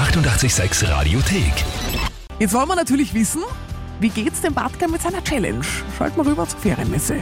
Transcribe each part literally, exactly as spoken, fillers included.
achtundachtzig Komma sechs Radiothek. Jetzt wollen wir natürlich wissen, wie geht's dem Batka mit seiner Challenge? Schalten wir rüber zur Ferienmesse.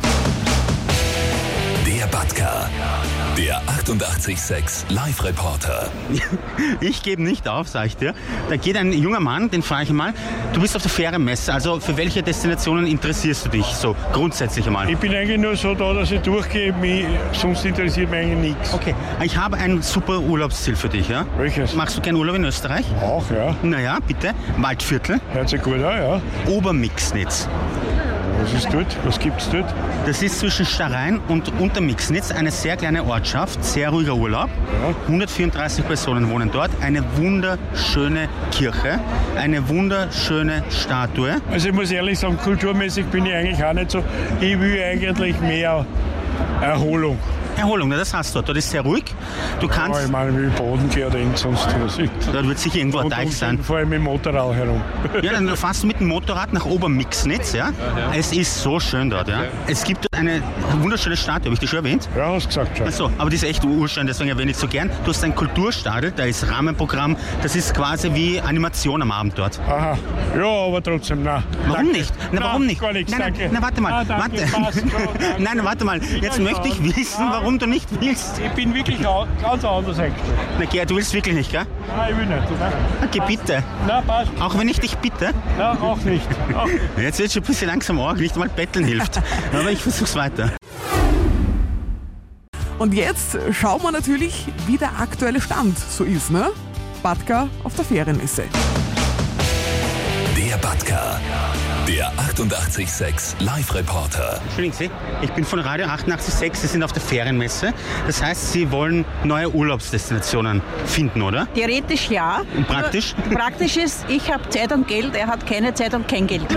Der Batka, der achtundachtzig Komma sechs Live-Reporter. Ich gebe nicht auf, sag ich dir. Da geht ein junger Mann, den frage ich mal, du bist auf der Ferienmesse, also für welche Destinationen interessierst du dich so grundsätzlich einmal? Ich bin eigentlich nur so da, dass ich durchgehe, mich, sonst interessiert mich eigentlich nichts. Okay, ich habe ein super Urlaubsziel für dich, ja? Welches? Machst du gerne Urlaub in Österreich? Auch, ja. Naja, bitte. Waldviertel, Hört sich gut an, ja. Obermixnitz. Was ist dort? Was gibt's dort? Das ist zwischen Stahrein und Untermixnitz eine sehr kleine Ortschaft, sehr ruhiger Urlaub. Ja. hundertvierunddreißig Personen wohnen dort, eine wunderschöne Kirche, eine wunderschöne Statue. Also ich muss ehrlich sagen, kulturmäßig bin ich eigentlich auch nicht so. Ich will eigentlich mehr Erholung. Erholung, das hast du dort. Dort ist sehr ruhig. Du Ja, kannst, ich meine, wie Bodensee oder irgend sonst was. dort wird sicher irgendwo ein Und Teich sein. vor allem mit dem Motorrad herum. Ja, dann fährst du mit dem Motorrad nach Obermixnitz, ja? Es ist so schön dort, ja. Es gibt dort eine wunderschöne Statue, habe ich dir schon erwähnt? Ja, hast gesagt schon. Achso, aber die ist echt urschön, deswegen erwähne ich so gern. Du hast ein Kulturstadel, da ist Rahmenprogramm, das ist quasi wie Animation am Abend dort. Aha. Ja, aber trotzdem, nein. Warum Danke. nicht? Na, warum Nein, nicht? Gar nichts, nein, nein, danke. na, warte mal. Ah, danke, warte. passt schon, danke. Nein, warte mal. Jetzt Ja, möchte ich schon. wissen, Ja. warum du nicht willst. Ich bin wirklich au- ganz anders eingestellt. Na, Gerd, du willst wirklich nicht, gell? Nein, ich will nicht. Nein, Okay, bitte. nein passt. Auch wenn ich dich bitte. Nein, auch nicht. Auch nicht. Jetzt wird schon ein bisschen langsam arg, nicht mal betteln hilft. Aber ich versuch's weiter. Und jetzt schauen wir natürlich, wie der aktuelle Stand so ist, ne? Batka auf der Ferienmesse. Der Batka, der achtundachtzig Komma sechs Live-Reporter. Entschuldigen Sie, ich bin von Radio achtundachtzig Komma sechs, Sie sind auf der Ferienmesse. Das heißt, Sie wollen neue Urlaubsdestinationen finden, oder? Theoretisch ja. Und praktisch? Nur Praktisch ist, ich habe Zeit und Geld, er hat keine Zeit und kein Geld.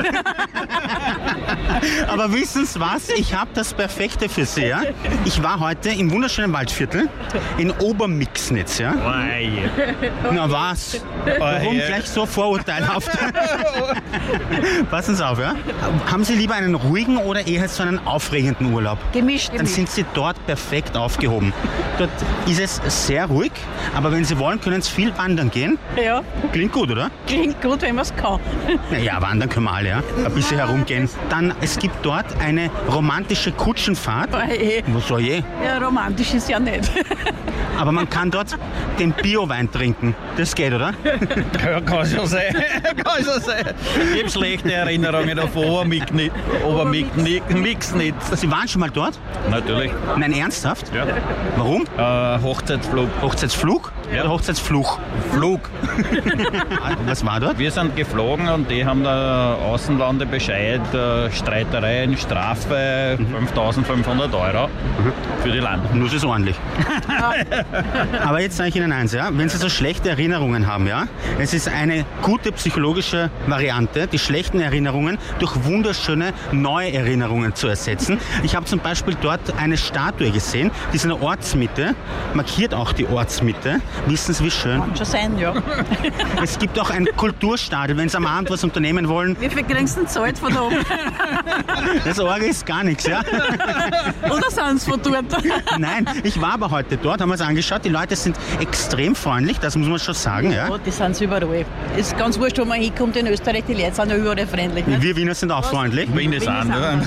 Aber wissen Sie was? Ich habe das Perfekte für Sie, ja? Ich war heute im wunderschönen Waldviertel in Obermixnitz, ja? Na was? Warum gleich so vorurteilhaft? Passen Sie auf, ja? Haben Sie lieber einen ruhigen oder eher so einen aufregenden Urlaub? Gemischt. Dann sind Sie dort perfekt aufgehoben. Dort ist es sehr ruhig, aber wenn Sie wollen, können Sie viel wandern gehen. Ja, Klingt gut, oder? klingt gut, wenn man es kann. Naja, wandern können wir alle, ja? Ein bisschen herumgehen. Dann, es gibt dort eine romantische Kutschenfahrt. Aber eh, Was soll je? ja, romantisch ist ja nicht. Aber man kann dort den Bio-Wein trinken. Das geht, oder? Ja, kann schon sein. kann schon sein. Ich habe schlechte Erinnerungen auf Obermixnitz. Obermixnitz. Sie waren schon mal dort? Natürlich. Nein, ernsthaft? Ja. Warum? Äh, Hochzeitsflug. Hochzeitsflug Ja. oder Hochzeitsfluch? Flug. Was war dort? Wir sind geflogen und die haben da Außenlandebescheid, äh, Streitereien, Strafe, fünftausendfünfhundert Euro für die Landung. Nur ist es ordentlich. Aber jetzt sage ich Ihnen eins, ja? Wenn Sie so schlechte Erinnerungen haben, ja, es ist eine gute psychologische Variante, die schlechten Erinnerungen durch wunderschöne neue Erinnerungen zu ersetzen. Ich habe zum Beispiel dort eine Statue gesehen, die ist in der Ortsmitte, markiert auch die Ortsmitte. Wissen Sie, wie schön? Kann schon sein, ja. Es gibt auch ein Kulturstadel, wenn Sie am Abend was unternehmen wollen. Wie viel kriegst du denn Zeit von da oben? Das Orgel ist gar nichts, ja? Oder sind sie von dort? Nein, ich war aber heute dort, haben wir es angeschaut. Die Leute sind extrem freundlich, das muss man schon sagen, ja? Ja, die sind überall. Ist ganz wurscht, wo man hinkommt in Österreich, die Leute sind ja überall freundlich. Nicht? Wir Wiener sind auch freundlich. Wien ist anders.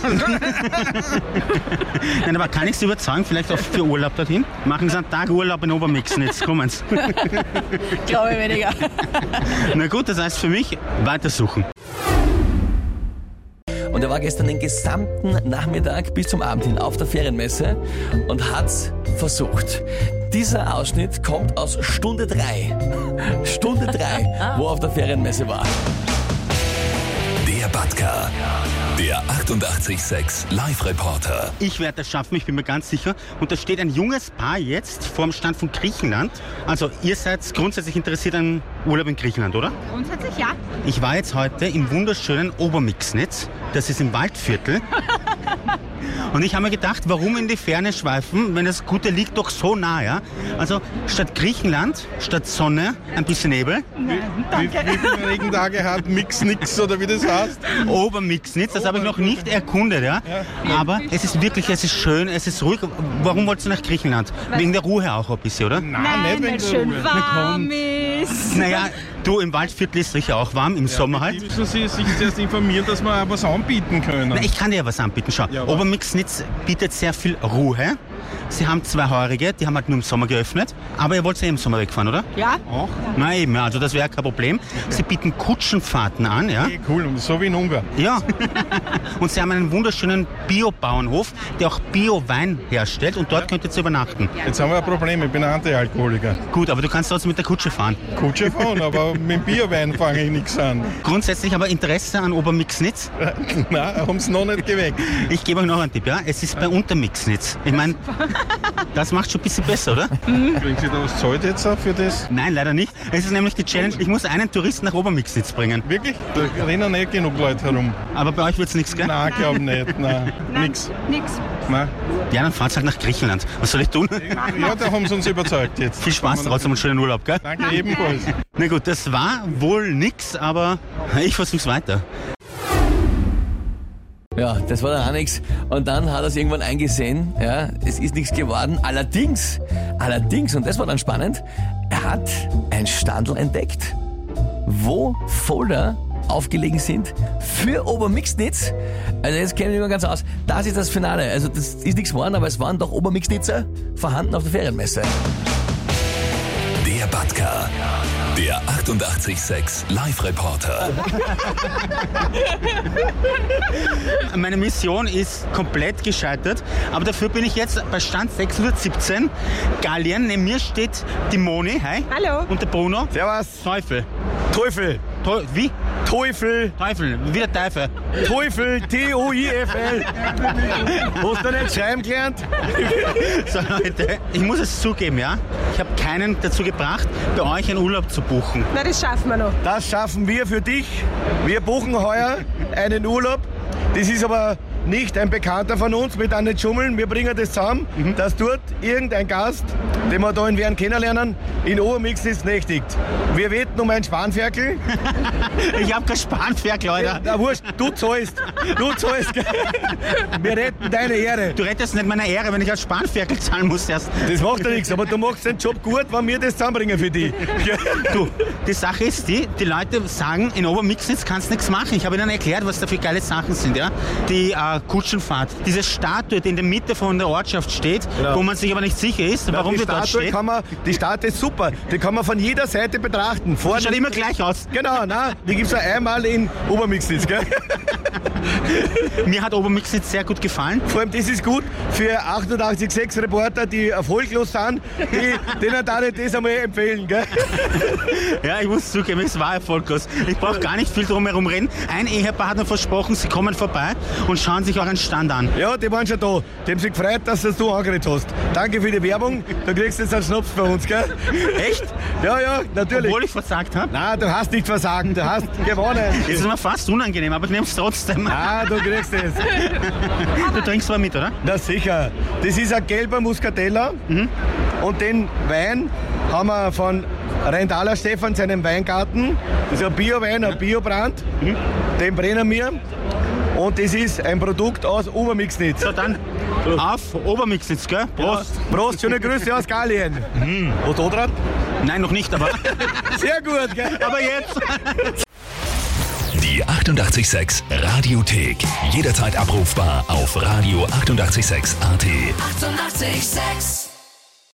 Nein, aber kann ich Sie überzeugen, vielleicht auch für Urlaub dorthin? Machen Sie einen Tag Urlaub in Obermixnitz, kommen Sie. Glaube ich weniger. Na gut, das heißt für mich, weitersuchen. Und er war gestern den gesamten Nachmittag bis zum Abend hin auf der Ferienmesse und hat's versucht. Dieser Ausschnitt kommt aus Stunde drei. Stunde drei, wo er auf der Ferienmesse war. Der Batka, der achtundachtzig Komma sechs Live-Reporter. Ich werde das schaffen, ich bin mir ganz sicher. Und da steht ein junges Paar jetzt vor dem Stand von Griechenland. Also ihr seid grundsätzlich interessiert an Urlaub in Griechenland, oder? Grundsätzlich ja. Ich war jetzt heute im wunderschönen Obermixnitz. Das ist im Waldviertel. Und ich habe mir gedacht, warum in die Ferne schweifen, wenn das Gute liegt doch so nah, ja? Also statt Griechenland, statt Sonne, ein bisschen Nebel. Wie, wie viele Regentage hat Mixnix oder wie das heißt? Obermixnitz, das habe ich noch nicht erkundet, ja? Aber es ist wirklich, es ist schön, es ist ruhig. Warum wolltest du nach Griechenland? Wegen der Ruhe auch ein bisschen, oder? Nein, Nein, nicht wegen weil es der schön Ruhe. warm ist. Naja, du, im Waldviertel ist sicher auch warm, im Sommer halt. Die müssen Sie sich zuerst informieren, dass wir auch was anbieten können. Na, ich kann dir ja was anbieten, schau. Ja, was? Obermixnitz bietet sehr viel Ruhe. Sie haben zwei Heurige, die haben halt nur im Sommer geöffnet. Aber ihr wollt ja im Sommer wegfahren, oder? Ja. Auch? Na eben, ja, also das wäre kein Problem. Sie bieten Kutschenfahrten an, ja? Okay, cool, und so wie in Ungarn. Ja. Und sie haben einen wunderschönen Bio-Bauernhof, der auch Bio-Wein herstellt und dort könnt ihr zu übernachten. Jetzt haben wir ein Problem, ich bin ein Antialkoholiker. Gut, aber du kannst trotzdem mit der Kutsche fahren. Kutsche fahren, aber mit dem Bierwein fange ich nichts an. Grundsätzlich aber Interesse an Obermixnitz. Nein, haben sie noch nicht geweckt. Ich gebe euch noch einen Tipp, ja? Es ist bei Untermixnitz. Ich meine, das macht schon ein bisschen besser, oder? Kriegen Sie da was zahlt jetzt auch für das? Nein, leider nicht. Es ist nämlich die Challenge, ich muss einen Touristen nach Obermixnitz bringen. Wirklich? Da rennen nicht genug Leute herum. Aber bei euch wird es nichts, gell? Nein, glaube nicht. Nein, nix. Nix. Nein. Ja, dann fahrt's halt nach Griechenland. Was soll ich tun? Ja, da haben sie uns überzeugt jetzt. Viel Spaß trotzdem und schönen Urlaub, gell? Danke ebenfalls. Na gut, das war wohl nix, aber ich versuch's weiter. Ja, das war dann auch nichts. Und dann hat er es irgendwann eingesehen, ja, es ist nichts geworden. Allerdings, allerdings, und das war dann spannend, er hat ein Standel entdeckt, wo Folder aufgelegen sind für Obermixnitz. Also jetzt kenne ich mich mal ganz aus. Das ist das Finale. Also das ist nichts geworden, aber es waren doch Obermixnitzer vorhanden auf der Ferienmesse. Der Batka. Der achtundachtzig sechs Live-Reporter. Meine Mission ist komplett gescheitert, aber dafür bin ich jetzt bei Stand sechshundertsiebzehn. Gallien, neben mir steht die Moni, hi. Hallo. Und der Bruno. Servus. Teufel. Teufel. Teu wie? Teufel. Teufel, wie der Teufel. Teufel. T O I F L. Hast du nicht schreiben gelernt? So Leute, ich muss es zugeben, ja. Ich habe keinen dazu gebracht, bei euch einen Urlaub zu buchen. Na, das schaffen wir noch. Das schaffen wir für dich. Wir buchen heuer einen Urlaub. Das ist aber nicht ein Bekannter von uns, mit an nicht schummeln. Wir bringen das zusammen, mhm. dass dort irgendein Gast, den wir da in Wern kennenlernen, in Obermixnitz nächtigt. Wir wetten um ein Spanferkel. Ich hab kein Spanferkel, Alter. Na wurscht, du zahlst. Du zahlst. Wir retten deine Ehre. Du rettest nicht meine Ehre, wenn ich als Spanferkel zahlen muss erst. Das macht ja nichts, aber du machst den Job gut, wenn wir das zusammenbringen für dich. Du, die Sache ist die, die Leute sagen, in Obermixnitz kannst du nichts machen. Ich habe ihnen erklärt, was da für geile Sachen sind, ja. Die äh, Kutschenfahrt, diese Statue, die in der Mitte von der Ortschaft steht, genau. wo man sich aber nicht sicher ist, warum die die dort Statue steht. Kann man, die Statue ist super, die kann man von jeder Seite betrachten. Vorne die schaut immer gleich aus. Genau, na, die gibt es ja einmal in Obermixnitz, gell? Mir hat Obermixnitz sehr gut gefallen. Vor allem, das ist gut für achtundachtzig sechs Reporter, die erfolglos sind, die, denen darf ich das einmal empfehlen, gell? Ja, ich muss zugeben, es war erfolglos. Ich brauche gar nicht viel drum herum reden. Ein Ehepaar hat mir versprochen, sie kommen vorbei und schauen sich euren Stand an. Ja, die waren schon da. Die haben sich gefreut, dass das du angeredet hast. Danke für die Werbung. Du kriegst jetzt einen Schnaps bei uns, gell? Echt? Ja, ja, natürlich. Obwohl ich versagt habe? Nein, du hast nicht versagt, du hast gewonnen. Das ist mir fast unangenehm, aber ich nehme es trotzdem. Ah, du kriegst es. Du trinkst mal mit, oder? Na sicher. Das ist ein gelber Muscatella. Mhm. Und den Wein haben wir von Rheintaler Stefan, seinem Weingarten. Das ist ein Bio-Wein, ein Bio-Brand. Mhm. Den brennen wir. Und das ist ein Produkt aus Obermixnitz. So, dann auf Obermixnitz, gell? Prost. Ja. Prost, schöne Grüße aus Gallien. Mhm. Hast du dran? Nein, noch nicht, aber... Sehr gut, gell? Aber jetzt... Die achtundachtzig sechs Radiothek. Jederzeit abrufbar auf radio achtundachtzig sechs punkt a t. achtundachtzig sechs